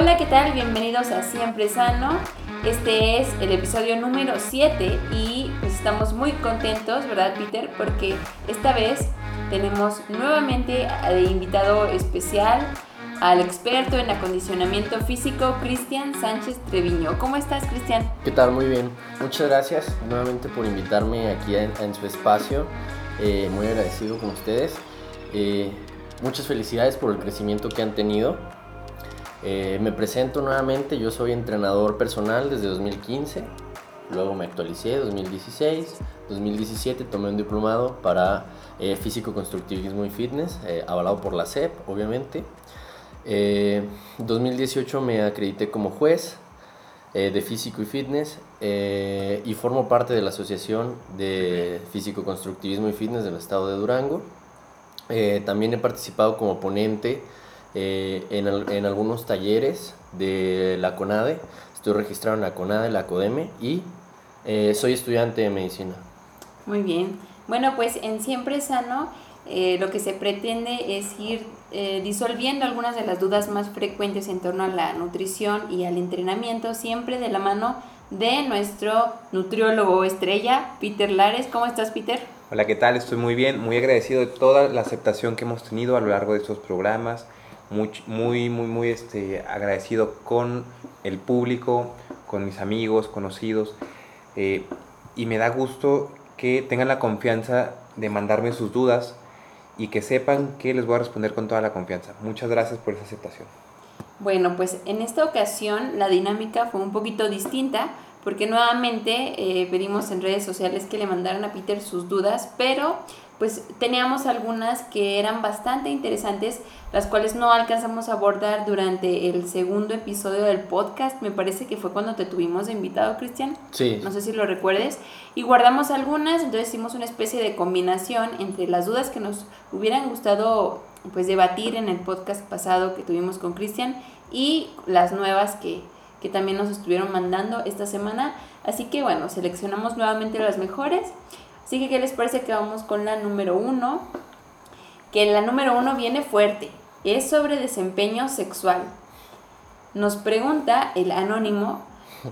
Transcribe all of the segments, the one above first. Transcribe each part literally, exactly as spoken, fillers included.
Hola, ¿qué tal? Bienvenidos a Siempre Sano. Este es el episodio número siete y pues estamos muy contentos, ¿verdad, Peter? Porque esta vez tenemos nuevamente de invitado especial al experto en acondicionamiento físico, Cristian Sánchez Treviño. ¿Cómo estás, Cristian? ¿Qué tal? Muy bien. Muchas gracias nuevamente por invitarme aquí en, en su espacio. Eh, muy agradecido con ustedes. Eh, muchas felicidades por el crecimiento que han tenido. Eh, me presento nuevamente, yo soy entrenador personal desde dos mil quince, luego me actualicé dos mil dieciséis, dos mil diecisiete tomé un diplomado para eh, físico-constructivismo y fitness, eh, avalado por la S E P, obviamente. Eh, dos mil dieciocho me acredité como juez eh, de físico y fitness eh, y formo parte de la Asociación de Físico-Constructivismo y Fitness del Estado de Durango. Eh, también he participado como ponente eh, en, en algunos talleres de la CONADE. Estoy registrado en la CONADE, la CODEME, y eh, soy estudiante de medicina. Muy bien. Bueno, pues en Siempre Sano eh, lo que se pretende es ir eh, disolviendo algunas de las dudas más frecuentes en torno a la nutrición y al entrenamiento, siempre de la mano de nuestro nutriólogo estrella, Peter Lares. ¿Cómo estás, Peter? Hola, ¿qué tal? Estoy muy bien, muy agradecido de toda la aceptación que hemos tenido a lo largo de estos programas, muy, muy, muy, muy este, agradecido con el público, con mis amigos, conocidos, eh, y me da gusto que tengan la confianza de mandarme sus dudas y que sepan que les voy a responder con toda la confianza. Muchas gracias por esa aceptación. Bueno, pues en esta ocasión la dinámica fue un poquito distinta, porque nuevamente eh, pedimos en redes sociales que le mandaran a Peter sus dudas, pero pues teníamos algunas que eran bastante interesantes, las cuales no alcanzamos a abordar durante el segundo episodio del podcast. Me parece que fue cuando te tuvimos de invitado, Cristian. Sí. No sé si lo recuerdes. Y guardamos algunas, entonces hicimos una especie de combinación entre las dudas que nos hubieran gustado pues debatir en el podcast pasado que tuvimos con Cristian y las nuevas que que también nos estuvieron mandando esta semana. Así que bueno, seleccionamos nuevamente las mejores. Así que, ¿qué les parece que vamos con la número uno? Que la número uno viene fuerte. Es sobre desempeño sexual. Nos pregunta el anónimo,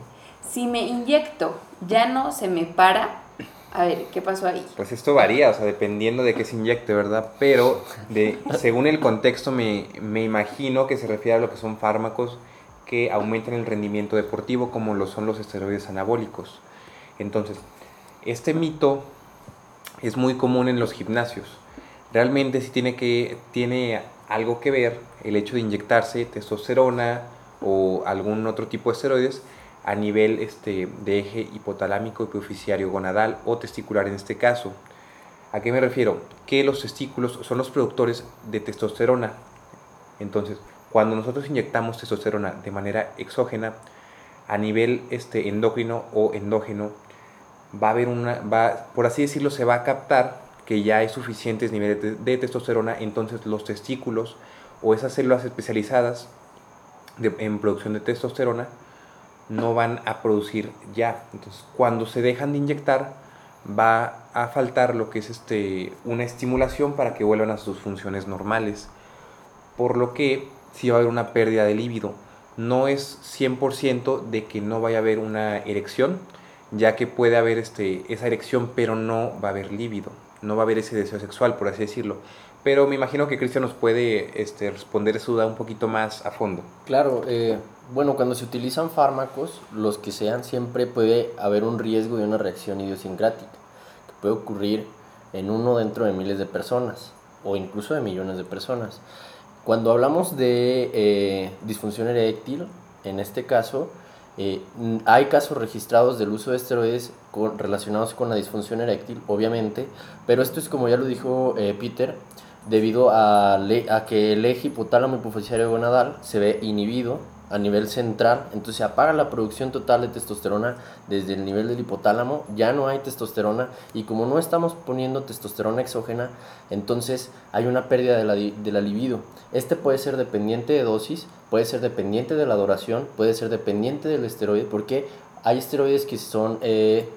si me inyecto, ¿ya no se me para? A ver, ¿qué pasó ahí? Pues esto varía, o sea, dependiendo de qué se inyecte, ¿verdad? Pero de, según el contexto me, me imagino que se refiere a lo que son fármacos que aumentan el rendimiento deportivo, como lo son los esteroides anabólicos. Entonces, este mito es muy común en los gimnasios. Realmente sí tiene, que, tiene algo que ver el hecho de inyectarse testosterona o algún otro tipo de esteroides a nivel este, de eje hipotalámico, hipofisiario gonadal o testicular en este caso. ¿A qué me refiero? Que los testículos son los productores de testosterona. Entonces, cuando nosotros inyectamos testosterona de manera exógena, a nivel este, endocrino o endógeno, va a haber una, va, por así decirlo, se va a captar que ya hay suficientes niveles de, de testosterona, entonces los testículos o esas células especializadas de, en producción de testosterona no van a producir ya. Entonces, cuando se dejan de inyectar, va a faltar lo que es este, una estimulación para que vuelvan a sus funciones normales, por lo que sí va a haber una pérdida de líbido. No es cien por ciento de que no vaya a haber una erección, ya que puede haber este, esa erección, pero no va a haber líbido, no va a haber ese deseo sexual, por así decirlo. Pero me imagino que Cristian nos puede este, responder esa duda un poquito más a fondo. Claro, eh, bueno, cuando se utilizan fármacos, los que sean, siempre puede haber un riesgo de una reacción idiosincrática, que puede ocurrir en uno dentro de miles de personas, o incluso de millones de personas. Cuando hablamos de eh, disfunción eréctil, en este caso, eh, hay casos registrados del uso de esteroides con, relacionados con la disfunción eréctil, obviamente, pero esto es, como ya lo dijo eh, Peter, debido a, le, a que el eje hipotálamo hipofisiario gonadal se ve inhibido a nivel central, entonces se apaga la producción total de testosterona desde el nivel del hipotálamo, ya no hay testosterona, y como no estamos poniendo testosterona exógena, entonces hay una pérdida de la, de la libido. Este puede ser dependiente de dosis, puede ser dependiente de la duración, puede ser dependiente del esteroide, porque hay esteroides que son eh,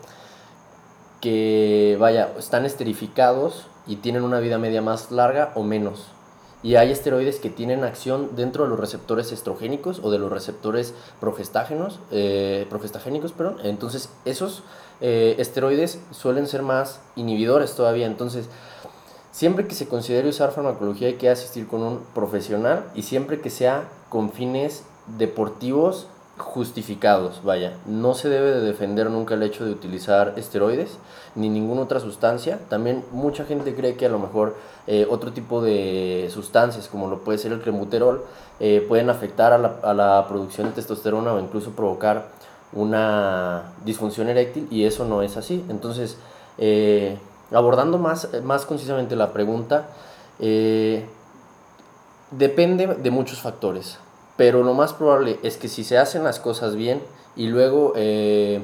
que vaya, están esterificados y tienen una vida media más larga o menos. y hay esteroides que tienen acción dentro de los receptores estrogénicos o de los receptores progestágenos, eh, progestagénicos, perdón. Entonces esos eh, esteroides suelen ser más inhibidores todavía. Entonces siempre que se considere usar farmacología hay que asistir con un profesional y siempre que sea con fines deportivos justificados, vaya. No se debe de defender nunca el hecho de utilizar esteroides ni ninguna otra sustancia. También mucha gente cree que a lo mejor eh, otro tipo de sustancias como lo puede ser el clenbuterol eh, pueden afectar a la, a la producción de testosterona o incluso provocar una disfunción eréctil, y eso no es así. Entonces eh, abordando más, más concisamente la pregunta, eh, depende de muchos factores, pero lo más probable es que si se hacen las cosas bien y luego eh,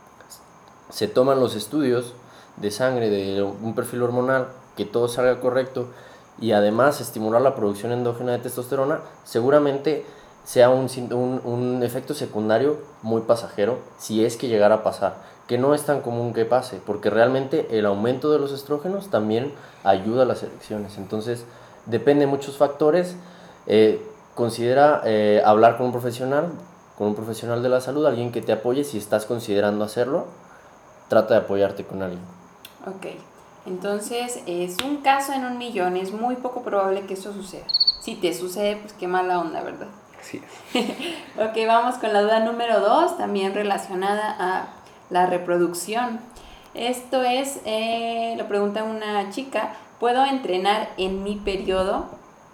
se toman los estudios de sangre de un perfil hormonal, que todo salga correcto y además estimular la producción endógena de testosterona, seguramente sea un, un, un efecto secundario muy pasajero, si es que llegara a pasar, que no es tan común que pase, porque realmente el aumento de los estrógenos también ayuda a las erecciones. Entonces depende de muchos factores. eh, considera eh, hablar con un profesional, con un profesional de la salud, alguien que te apoye. Si estás considerando hacerlo, trata de apoyarte con alguien. Ok, entonces es un caso en un millón, es muy poco probable que eso suceda. Si te sucede, pues qué mala onda, ¿verdad? Así es. Ok, vamos con la duda número dos, también relacionada a la reproducción. Esto es, eh, lo pregunta una chica, ¿puedo entrenar en mi periodo?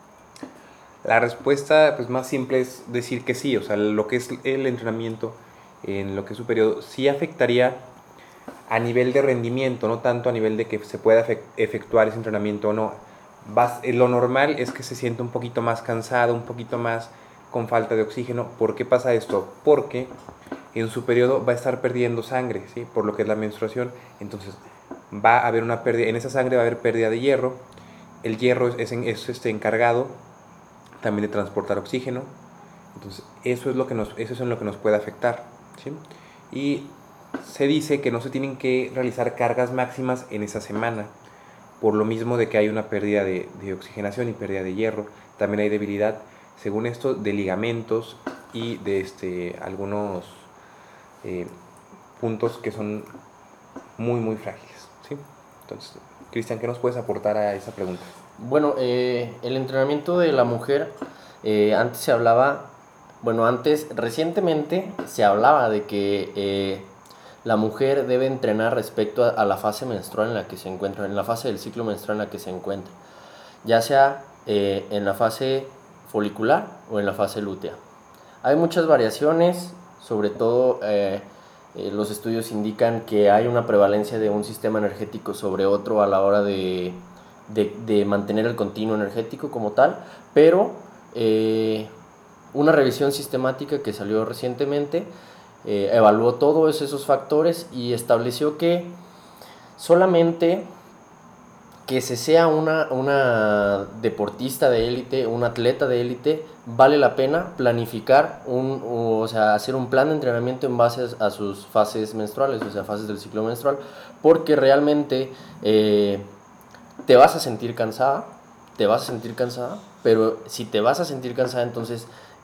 La respuesta pues más simple es decir que sí. O sea, lo que es el entrenamiento en lo que es su periodo sí afectaría a nivel de rendimiento, no tanto a nivel de que se pueda efectuar ese entrenamiento o no. Vas, lo normal es que se sienta un poquito más cansado, un poquito más con falta de oxígeno. ¿Por qué pasa esto? Porque en su periodo va a estar perdiendo sangre, ¿sí? Por lo que es la menstruación. Entonces va a haber una pérdida, en esa sangre va a haber pérdida de hierro. El hierro es, es, es este, encargado también de transportar oxígeno. Entonces eso es lo que nos, eso es en lo que nos puede afectar, ¿sí? Y se dice que no se tienen que realizar cargas máximas en esa semana, por lo mismo de que hay una pérdida de, de oxigenación y pérdida de hierro. También hay debilidad, según esto, de ligamentos y de este, algunos eh, puntos que son muy muy frágiles, ¿sí? Entonces, Cristian, ¿qué nos puedes aportar a esa pregunta? Bueno, eh, el entrenamiento de la mujer, eh, antes se hablaba, bueno, antes, recientemente se hablaba de que eh, la mujer debe entrenar respecto a, a la fase menstrual en la que se encuentra, en la fase del ciclo menstrual en la que se encuentra, ya sea eh, en la fase folicular o en la fase lútea. Hay muchas variaciones, sobre todo eh, eh, los estudios indican que hay una prevalencia de un sistema energético sobre otro a la hora de, de, de mantener el continuo energético como tal, pero eh, una revisión sistemática que salió recientemente eh, evaluó todos esos factores y estableció que solamente que se sea una, una deportista de élite, un atleta de élite, vale la pena planificar, un, o sea, hacer un plan de entrenamiento en base a sus fases menstruales, o sea, fases del ciclo menstrual, porque realmente eh, te vas a sentir cansada, te vas a sentir cansada, pero si te vas a sentir cansada, entonces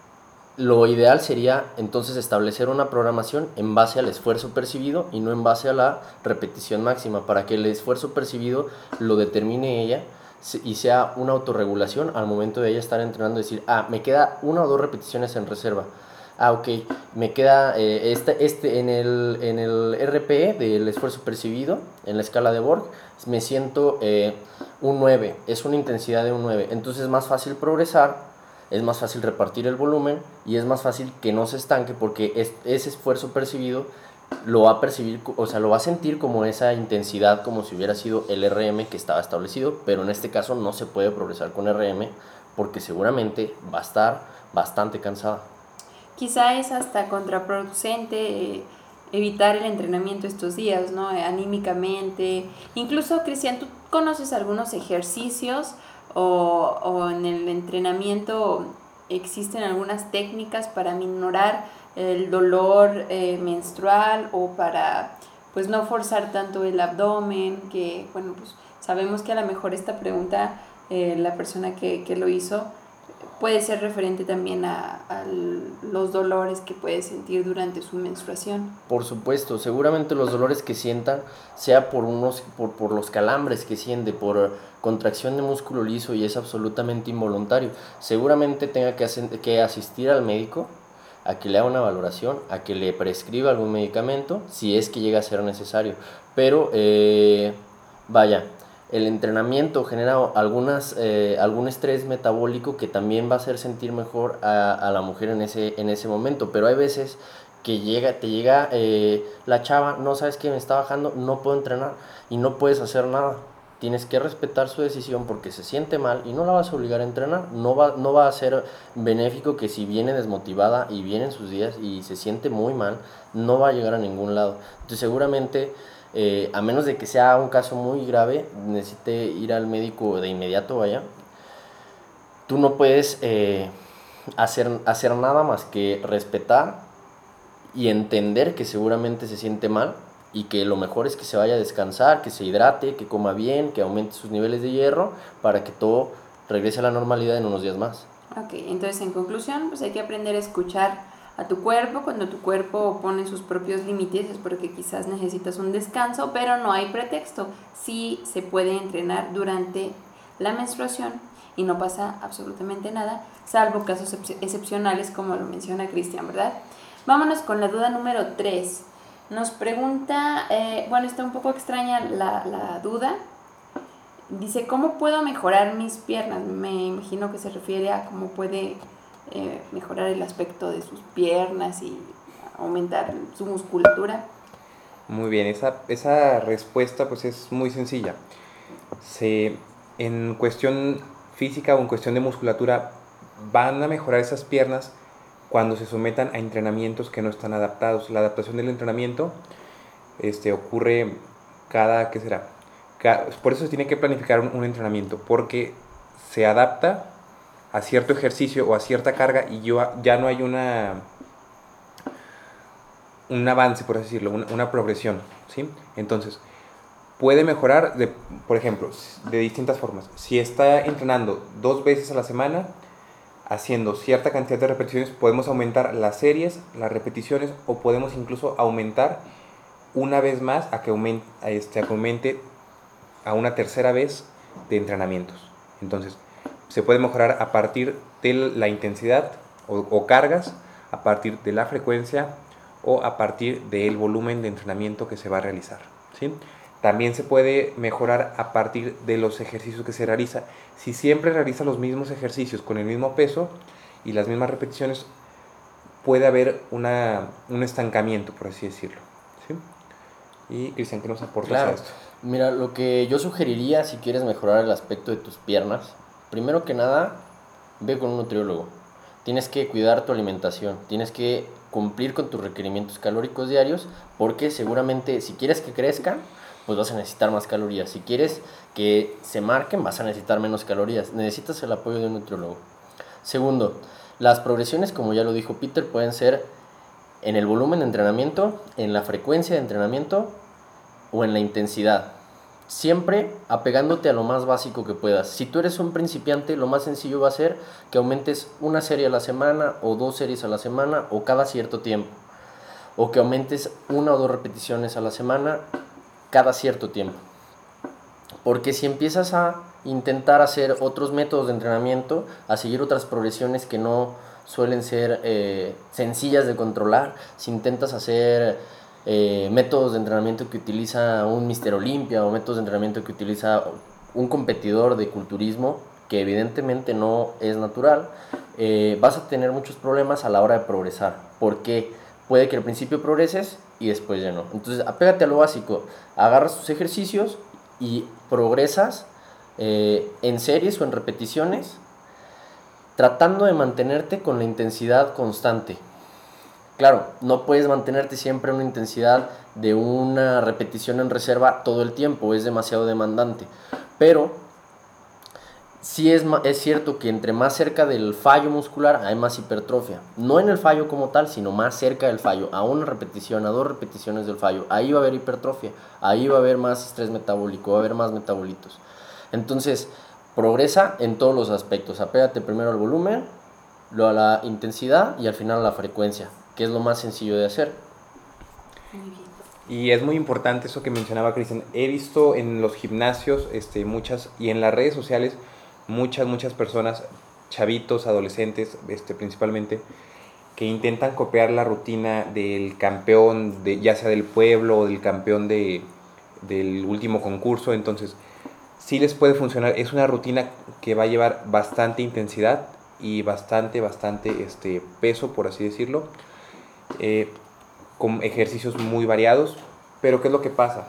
lo ideal sería entonces establecer una programación en base al esfuerzo percibido y no en base a la repetición máxima, para que el esfuerzo percibido lo determine ella y sea una autorregulación al momento de ella estar entrenando, decir, ah, me queda una o dos repeticiones en reserva, ah, ok, me queda eh, este, este en, el, en el R P E del esfuerzo percibido, en la escala de Borg, me siento eh, un nueve, es una intensidad de un nueve, entonces es más fácil progresar, es más fácil repartir el volumen y es más fácil que no se estanque, porque es, ese esfuerzo percibido lo va a percibir, o sea, lo va a sentir como esa intensidad, como si hubiera sido el R M que estaba establecido, pero en este caso no se puede progresar con R M porque seguramente va a estar bastante cansada. Quizá es hasta contraproducente eh, evitar el entrenamiento estos días, ¿no? Eh, anímicamente. Incluso, Cristian, ¿tú conoces algunos ejercicios o, o en el entrenamiento existen algunas técnicas para minorar el dolor eh, menstrual o para pues no forzar tanto el abdomen? Que bueno, pues sabemos que a lo mejor esta pregunta eh, la persona que, que lo hizo, puede ser referente también a, a los dolores que puede sentir durante su menstruación. Por supuesto, seguramente los dolores que sientan sea por unos por, por los calambres que siente, por contracción de músculo liso, y es absolutamente involuntario. Seguramente tenga que, hacer, que asistir al médico a que le haga una valoración, a que le prescriba algún medicamento, si es que llega a ser necesario. Pero, eh, vaya, el entrenamiento genera algunas, eh, algún estrés metabólico que también va a hacer sentir mejor a, a la mujer en ese, en ese momento. Pero hay veces que llega, te llega eh, la chava, no sabes que me está bajando, no puedo entrenar, y no puedes hacer nada. Tienes que respetar su decisión porque se siente mal y no la vas a obligar a entrenar. No va, no va a ser benéfico que si viene desmotivada y viene en sus días y se siente muy mal, no va a llegar a ningún lado. Entonces seguramente, eh, a menos de que sea un caso muy grave, necesite ir al médico de inmediato, vaya. Tú no puedes eh, hacer, hacer nada más que respetar y entender que seguramente se siente mal, y que lo mejor es que se vaya a descansar, que se hidrate, que coma bien, que aumente sus niveles de hierro para que todo regrese a la normalidad en unos días más. Ok, entonces en conclusión, pues hay que aprender a escuchar a tu cuerpo. Cuando tu cuerpo pone sus propios límites es porque quizás necesitas un descanso, pero no hay pretexto. Sí se puede entrenar durante la menstruación y no pasa absolutamente nada, salvo casos ex- excepcionales como lo menciona Cristian, ¿verdad? Vámonos con la duda número tres. Nos pregunta, eh, bueno, está un poco extraña la, la duda. Dice, ¿cómo puedo mejorar mis piernas? Me imagino que se refiere a cómo puede eh, mejorar el aspecto de sus piernas y aumentar su musculatura. Muy bien, esa, esa respuesta pues es muy sencilla. Se, en cuestión física o en cuestión de musculatura, van a mejorar esas piernas cuando se sometan a entrenamientos que no están adaptados. La adaptación del entrenamiento este, ocurre cada, ¿qué será? Cada, por eso se tiene que planificar un, un entrenamiento, porque se adapta a cierto ejercicio o a cierta carga y yo, ya no hay una, un avance, por así decirlo, una, una progresión, ¿sí? Entonces, puede mejorar, de, por ejemplo, de distintas formas. Si está entrenando dos veces a la semana, haciendo cierta cantidad de repeticiones, podemos aumentar las series, las repeticiones, o podemos incluso aumentar una vez más a que aumente, a este, a que aumente a una tercera vez de entrenamientos. Entonces, se puede mejorar a partir de la intensidad o, o cargas, a partir de la frecuencia o a partir del volumen de entrenamiento que se va a realizar, ¿sí? También se puede mejorar a partir de los ejercicios que se realiza. Si siempre realiza los mismos ejercicios con el mismo peso y las mismas repeticiones, puede haber una, un estancamiento, por así decirlo, ¿sí? Y Cristian, ¿qué nos aportas Claro. a esto? Mira, lo que yo sugeriría si quieres mejorar el aspecto de tus piernas, primero que nada, ve con un nutriólogo. Tienes que cuidar tu alimentación, tienes que cumplir con tus requerimientos calóricos diarios, porque seguramente si quieres que crezcan, pues vas a necesitar más calorías. Si quieres que se marquen, vas a necesitar menos calorías. Necesitas el apoyo de un nutriólogo. Segundo, las progresiones, como ya lo dijo Peter, pueden ser en el volumen de entrenamiento, en la frecuencia de entrenamiento o en la intensidad. Siempre apegándote a lo más básico que puedas. Si tú eres un principiante, lo más sencillo va a ser que aumentes una serie a la semana o dos series a la semana o cada cierto tiempo. O que aumentes una o dos repeticiones a la semana cada cierto tiempo. Porque si empiezas a intentar hacer otros métodos de entrenamiento, a seguir otras progresiones que no suelen ser eh, sencillas de controlar, si intentas hacer eh, métodos de entrenamiento que utiliza un Mister Olympia o métodos de entrenamiento que utiliza un competidor de culturismo, que evidentemente no es natural, eh, vas a tener muchos problemas a la hora de progresar. Porque puede que al principio progreses y después ya no. Entonces, apégate a lo básico. Agarras tus ejercicios y progresas eh, en series o en repeticiones, tratando de mantenerte con la intensidad constante. Claro, no puedes mantenerte siempre en una intensidad de una repetición en reserva todo el tiempo, es demasiado demandante. Pero sí es, es cierto que entre más cerca del fallo muscular hay más hipertrofia. No en el fallo como tal, sino más cerca del fallo. A una repetición, a dos repeticiones del fallo. Ahí va a haber hipertrofia. Ahí va a haber más estrés metabólico, va a haber más metabolitos. Entonces, progresa en todos los aspectos. Apégate primero al volumen, luego a la intensidad y al final a la frecuencia, que es lo más sencillo de hacer. Muy bien. Y es muy importante eso que mencionaba Cristian. He visto en los gimnasios este, muchas, y en las redes sociales, muchas, muchas personas, chavitos, adolescentes, este, principalmente, que intentan copiar la rutina del campeón, de, ya sea del pueblo o del campeón de, del último concurso. Entonces, sí les puede funcionar. Es una rutina que va a llevar bastante intensidad y bastante, bastante este, peso, por así decirlo. Eh, con ejercicios muy variados, pero ¿qué es lo que pasa?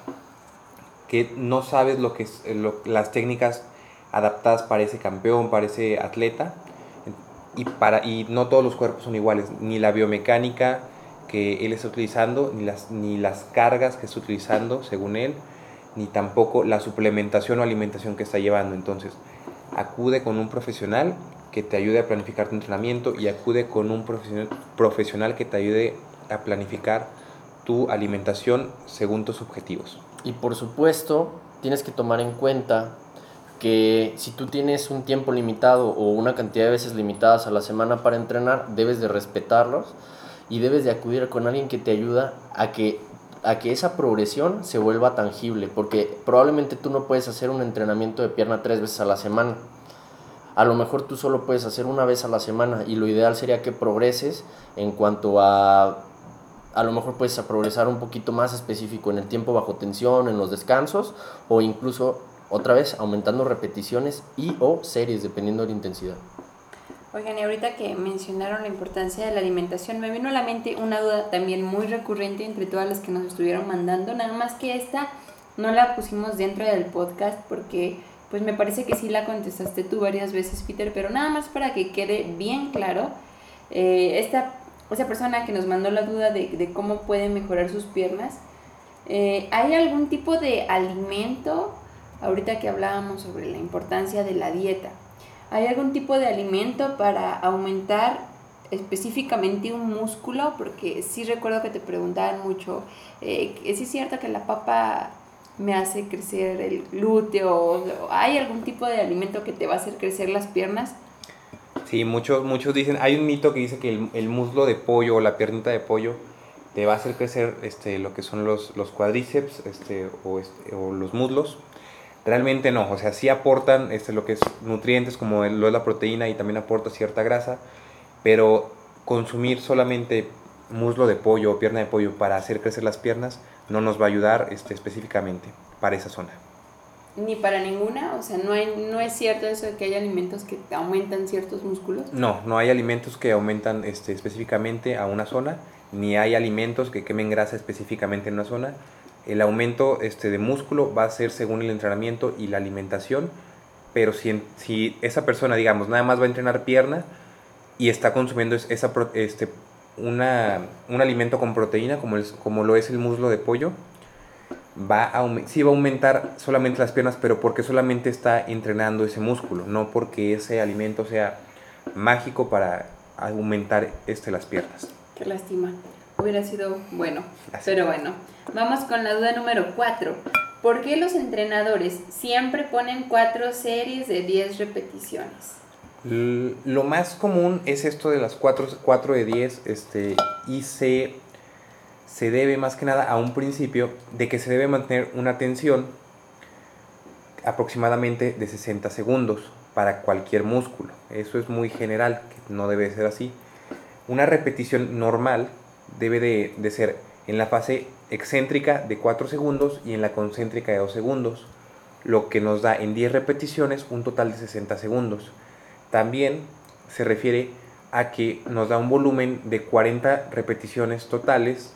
Que no sabes lo que es, lo, las técnicas adaptadas para ese campeón, para ese atleta, y, para, y no todos los cuerpos son iguales, ni la biomecánica que él está utilizando, ni las, ni las cargas que está utilizando según él, ni tampoco la suplementación o alimentación que está llevando. Entonces, acude con un profesional que te ayude a planificar tu entrenamiento y acude con un profesional, profesional que te ayude a planificar tu alimentación según tus objetivos. Y por supuesto, tienes que tomar en cuenta que si tú tienes un tiempo limitado o una cantidad de veces limitadas a la semana para entrenar, debes de respetarlos y debes de acudir con alguien que te ayuda a que, a que esa progresión se vuelva tangible, porque probablemente tú no puedes hacer un entrenamiento de pierna tres veces a la semana. A lo mejor tú solo puedes hacer una vez a la semana y lo ideal sería que progreses en cuanto a... A lo mejor puedes progresar un poquito más específico en el tiempo bajo tensión, en los descansos, o incluso, otra vez, aumentando repeticiones y o series, dependiendo de la intensidad. Oigan, y ahorita que mencionaron la importancia de la alimentación, me vino a la mente una duda también muy recurrente entre todas las que nos estuvieron mandando, nada más que esta no la pusimos dentro del podcast porque pues me parece que sí la contestaste tú varias veces, Peter, pero nada más para que quede bien claro, eh, esta... esa persona que nos mandó la duda de, de cómo pueden mejorar sus piernas, eh, ¿hay algún tipo de alimento, ahorita que hablábamos sobre la importancia de la dieta, ¿hay algún tipo de alimento para aumentar específicamente un músculo? Porque sí recuerdo que te preguntaban mucho, eh, ¿es cierto que la papa me hace crecer el glúteo? ¿Hay algún tipo de alimento que te va a hacer crecer las piernas? Sí, muchos, muchos dicen, hay un mito que dice que el, el muslo de pollo o la piernita de pollo te va a hacer crecer este, lo que son los, los cuádriceps este, o, este, o los muslos. Realmente no, o sea, sí aportan este, lo que es nutrientes como lo es la proteína y también aporta cierta grasa, pero consumir solamente muslo de pollo o pierna de pollo para hacer crecer las piernas no nos va a ayudar este, específicamente para esa zona. Ni para ninguna, o sea, no hay, no es cierto eso de que hay alimentos que aumentan ciertos músculos. No, no hay alimentos que aumentan este, específicamente a una zona, ni hay alimentos que quemen grasa específicamente en una zona. El aumento este, de músculo va a ser según el entrenamiento y la alimentación, pero si, si esa persona, digamos, nada más va a entrenar pierna y está consumiendo esa, este, una, un alimento con proteína, como, el, como lo es el muslo de pollo, va a, sí va a aumentar solamente las piernas, pero porque solamente está entrenando ese músculo, no porque ese alimento sea mágico para aumentar este, las piernas. Qué lástima, hubiera sido bueno, Así. Pero bueno, vamos con la duda número cuatro. ¿Por qué los entrenadores siempre ponen cuatro series de diez repeticiones? L- lo más común es esto de las cuatro de diez este, y se... se debe más que nada a un principio de que se debe mantener una tensión aproximadamente de sesenta segundos para cualquier músculo. Eso es muy general, que no debe ser así. Una repetición normal debe de, de ser en la fase excéntrica de cuatro segundos y en la concéntrica de dos segundos, lo que nos da en diez repeticiones un total de sesenta segundos. También se refiere a que nos da un volumen de cuarenta repeticiones totales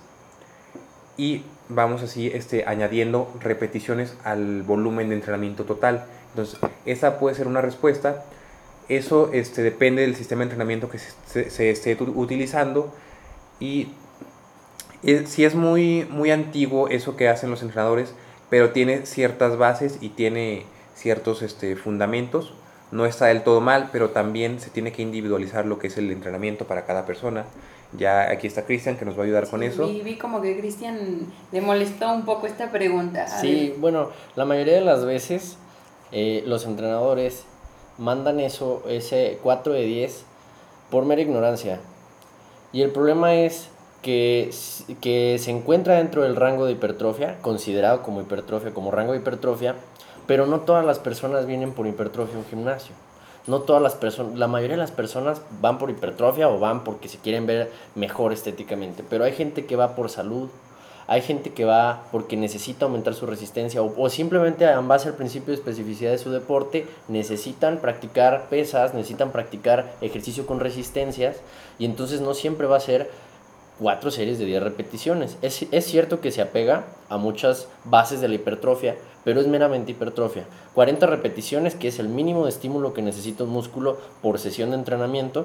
y vamos así este, añadiendo repeticiones al volumen de entrenamiento total. Entonces, esa puede ser una respuesta. Eso este, depende del sistema de entrenamiento que se, se, se esté utilizando. Y es, sí es muy, muy antiguo eso que hacen los entrenadores, pero tiene ciertas bases y tiene ciertos este, fundamentos. No está del todo mal, pero también se tiene que individualizar lo que es el entrenamiento para cada persona. Ya aquí está Cristian que nos va a ayudar Sí, con eso. Vi, vi como que Cristian le molestó un poco esta pregunta. A Sí, ver. bueno, la mayoría de las veces eh, los entrenadores mandan eso, ese cuatro de diez, por mera ignorancia. Y el problema es que, que se encuentra dentro del rango de hipertrofia, considerado como hipertrofia, como rango de hipertrofia, pero no todas las personas vienen por hipertrofia a un gimnasio. No todas las personas, la mayoría de las personas van por hipertrofia o van porque se quieren ver mejor estéticamente, pero hay gente que va por salud, hay gente que va porque necesita aumentar su resistencia o, o simplemente en base al principio de especificidad de su deporte necesitan practicar pesas, necesitan practicar ejercicio con resistencias y entonces no siempre va a ser cuatro series de diez repeticiones. Es, es cierto que se apega a muchas bases de la hipertrofia, pero es meramente hipertrofia. cuarenta repeticiones, que es el mínimo de estímulo que necesita un músculo por sesión de entrenamiento.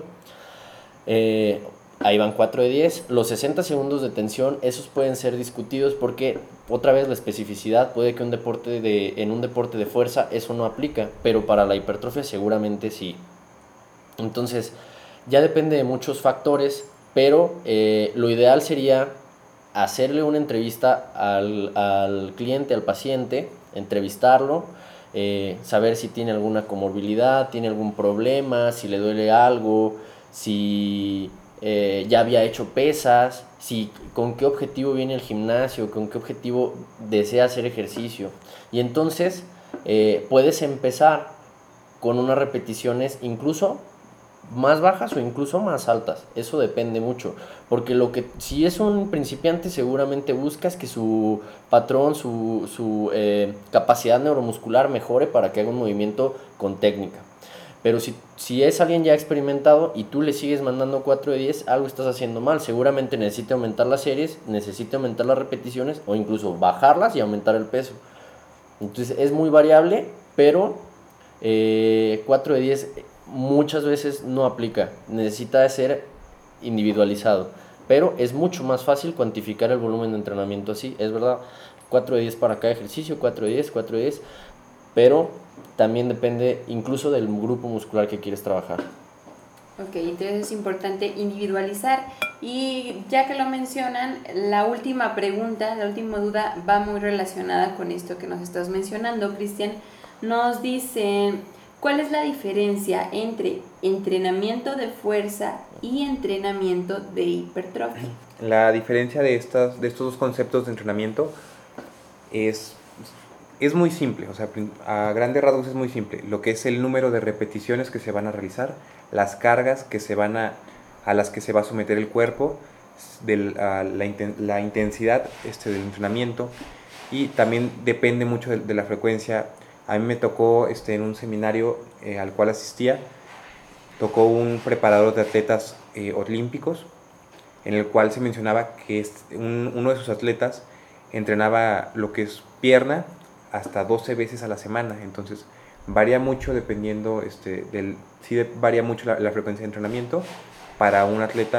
Eh, ahí van cuatro de diez. Los sesenta segundos de tensión, esos pueden ser discutidos porque, otra vez, la especificidad puede que un deporte de, en un deporte de fuerza eso no aplica, pero para la hipertrofia seguramente sí. Entonces, ya depende de muchos factores, pero eh, lo ideal sería hacerle una entrevista al, al cliente, al paciente, entrevistarlo, eh, saber si tiene alguna comorbilidad, tiene algún problema, si le duele algo, si eh, ya había hecho pesas, si con qué objetivo viene al gimnasio, con qué objetivo desea hacer ejercicio. Y entonces eh, puedes empezar con unas repeticiones incluso más bajas o incluso más altas. Eso depende mucho, porque lo que si es un principiante seguramente buscas que su patrón, su, su eh, capacidad neuromuscular mejore para que haga un movimiento con técnica. Pero si, si es alguien ya experimentado y tú le sigues mandando cuatro de diez, algo estás haciendo mal. Seguramente necesita aumentar las series, necesita aumentar las repeticiones o incluso bajarlas y aumentar el peso. Entonces es muy variable, pero eh, cuatro de diez muchas veces no aplica, necesita ser individualizado, pero es mucho más fácil cuantificar el volumen de entrenamiento así, es verdad, cuatro de diez para cada ejercicio, cuatro de diez, cuatro de diez, pero también depende incluso del grupo muscular que quieres trabajar. Ok, entonces es importante individualizar y ya que lo mencionan, la última pregunta, la última duda va muy relacionada con esto que nos estás mencionando, Cristian. Nos dicen, ¿cuál es la diferencia entre entrenamiento de fuerza y entrenamiento de hipertrofia? La diferencia de, estas, de estos dos conceptos de entrenamiento es, es muy simple, o sea, a grandes rasgos es muy simple. Lo que es el número de repeticiones que se van a realizar, las cargas que se van a, a las que se va a someter el cuerpo, del, a la, la intensidad este, del entrenamiento, y también depende mucho de, de la frecuencia. A mí me tocó este, en un seminario eh, al cual asistía, tocó un preparador de atletas eh, olímpicos, en el cual se mencionaba que es un, uno de sus atletas entrenaba lo que es pierna hasta doce veces a la semana. Entonces varía mucho dependiendo, este, del, sí de, varía mucho la, la frecuencia de entrenamiento para un atleta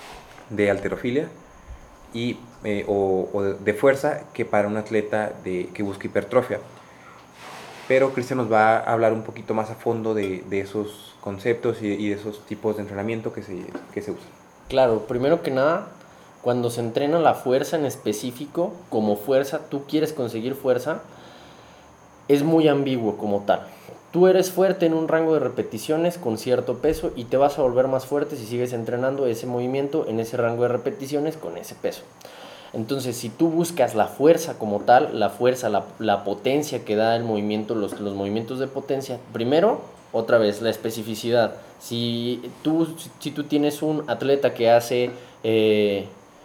de halterofilia y, eh, o, o de fuerza que para un atleta de, que busca hipertrofia. Pero Cristian nos va a hablar un poquito más a fondo de, de esos conceptos y, y de esos tipos de entrenamiento que se, que se usan. Claro, primero que nada, cuando se entrena la fuerza en específico, como fuerza, tú quieres conseguir fuerza, es muy ambiguo como tal. Tú eres fuerte en un rango de repeticiones con cierto peso y te vas a volver más fuerte si sigues entrenando ese movimiento en ese rango de repeticiones con ese peso. Entonces, si tú buscas la fuerza como tal, la fuerza, la, la potencia que da el movimiento, los, los movimientos de potencia, primero, otra vez, la especificidad. Si tú, si tú tienes un atleta que hace, eh,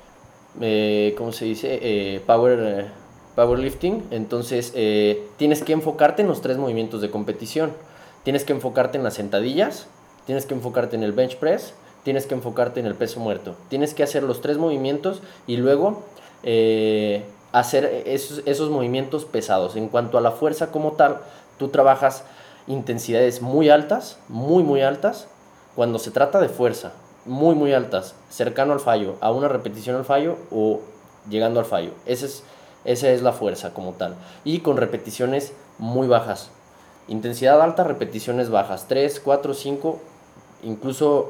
eh, ¿cómo se dice? Eh, power, eh, powerlifting, entonces eh, tienes que enfocarte en los tres movimientos de competición. Tienes que enfocarte en las sentadillas, tienes que enfocarte en el bench press, tienes que enfocarte en el peso muerto. Tienes que hacer los tres movimientos y luego eh, hacer esos, esos movimientos pesados. En cuanto a la fuerza como tal, tú trabajas intensidades muy altas, muy muy altas, cuando se trata de fuerza, muy muy altas, cercano al fallo, a una repetición al fallo o llegando al fallo. Esa es, esa es la fuerza como tal. Y con repeticiones muy bajas. Intensidad alta, repeticiones bajas, tres, cuatro, cinco, incluso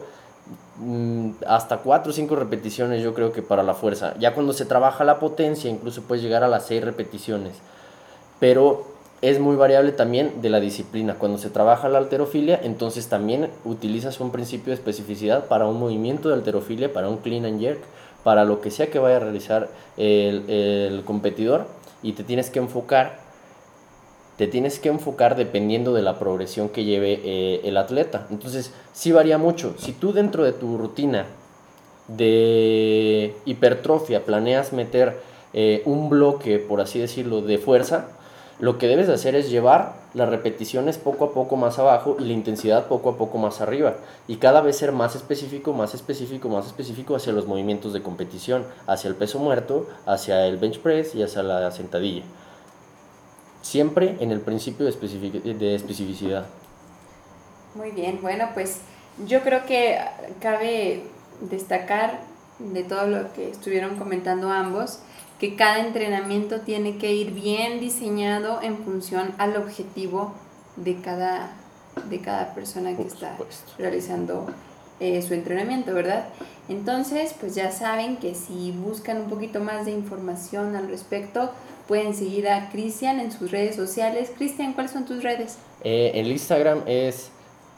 hasta cuatro o cinco repeticiones yo creo que para la fuerza. Ya cuando se trabaja la potencia incluso puedes llegar a las seis repeticiones, pero es muy variable también de la disciplina. Cuando se trabaja la halterofilia, entonces también utilizas un principio de especificidad para un movimiento de halterofilia, para un clean and jerk, para lo que sea que vaya a realizar el, el competidor, y te tienes que enfocar, te tienes que enfocar dependiendo de la progresión que lleve eh, el atleta. Entonces, sí varía mucho. Si tú dentro de tu rutina de hipertrofia planeas meter eh, un bloque, por así decirlo, de fuerza, lo que debes de hacer es llevar las repeticiones poco a poco más abajo y la intensidad poco a poco más arriba, y cada vez ser más específico, más específico, más específico hacia los movimientos de competición, hacia el peso muerto, hacia el bench press y hacia la sentadilla. Siempre en el principio de, especific- de especificidad. Muy bien, bueno, pues yo creo que cabe destacar de todo lo que estuvieron comentando ambos, que cada entrenamiento tiene que ir bien diseñado en función al objetivo de cada, de cada persona que Por está supuesto. realizando eh, su entrenamiento, ¿verdad? Entonces, pues ya saben que si buscan un poquito más de información al respecto, pueden seguir a Cristian en sus redes sociales. Cristian, ¿cuáles son tus redes? Eh, el Instagram es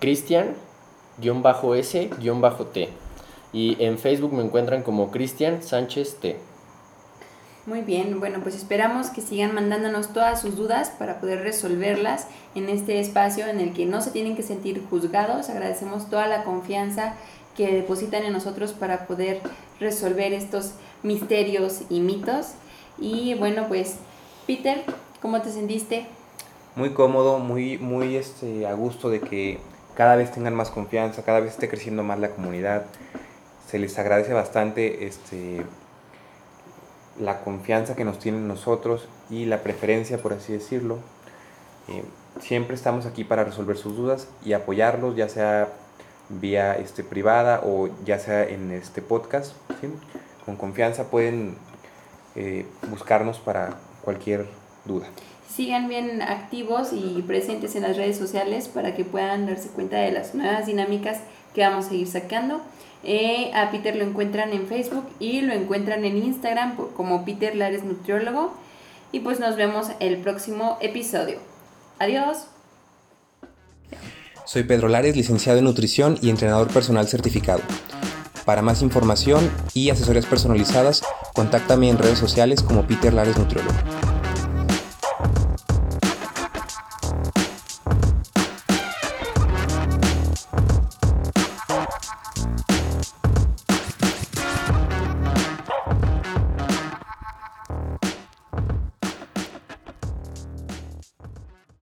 Cristian-S-T, y en Facebook me encuentran como Cristian Sánchez T. Muy bien, bueno, pues esperamos que sigan mandándonos todas sus dudas para poder resolverlas en este espacio en el que no se tienen que sentir juzgados. Agradecemos toda la confianza que depositan en nosotros para poder resolver estos misterios y mitos. Y bueno, pues Peter, ¿cómo te sentiste? Muy cómodo, muy, muy este, a gusto de que cada vez tengan más confianza, cada vez esté creciendo más la comunidad. Se les agradece bastante este, la confianza que nos tienen nosotros y la preferencia, por así decirlo. Eh, siempre estamos aquí para resolver sus dudas y apoyarlos, ya sea vía este, privada o ya sea en este podcast, ¿sí? Con confianza pueden eh, buscarnos para cualquier duda. Sigan bien activos y presentes en las redes sociales para que puedan darse cuenta de las nuevas dinámicas que vamos a ir sacando. Eh, a Peter lo encuentran en Facebook y lo encuentran en Instagram como Peter Lares Nutriólogo. Y pues nos vemos el próximo episodio. Adiós. Soy Pedro Lares, licenciado en nutrición y entrenador personal certificado. Para más información y asesorías personalizadas, contáctame en redes sociales como Peter Lares Nutriólogo.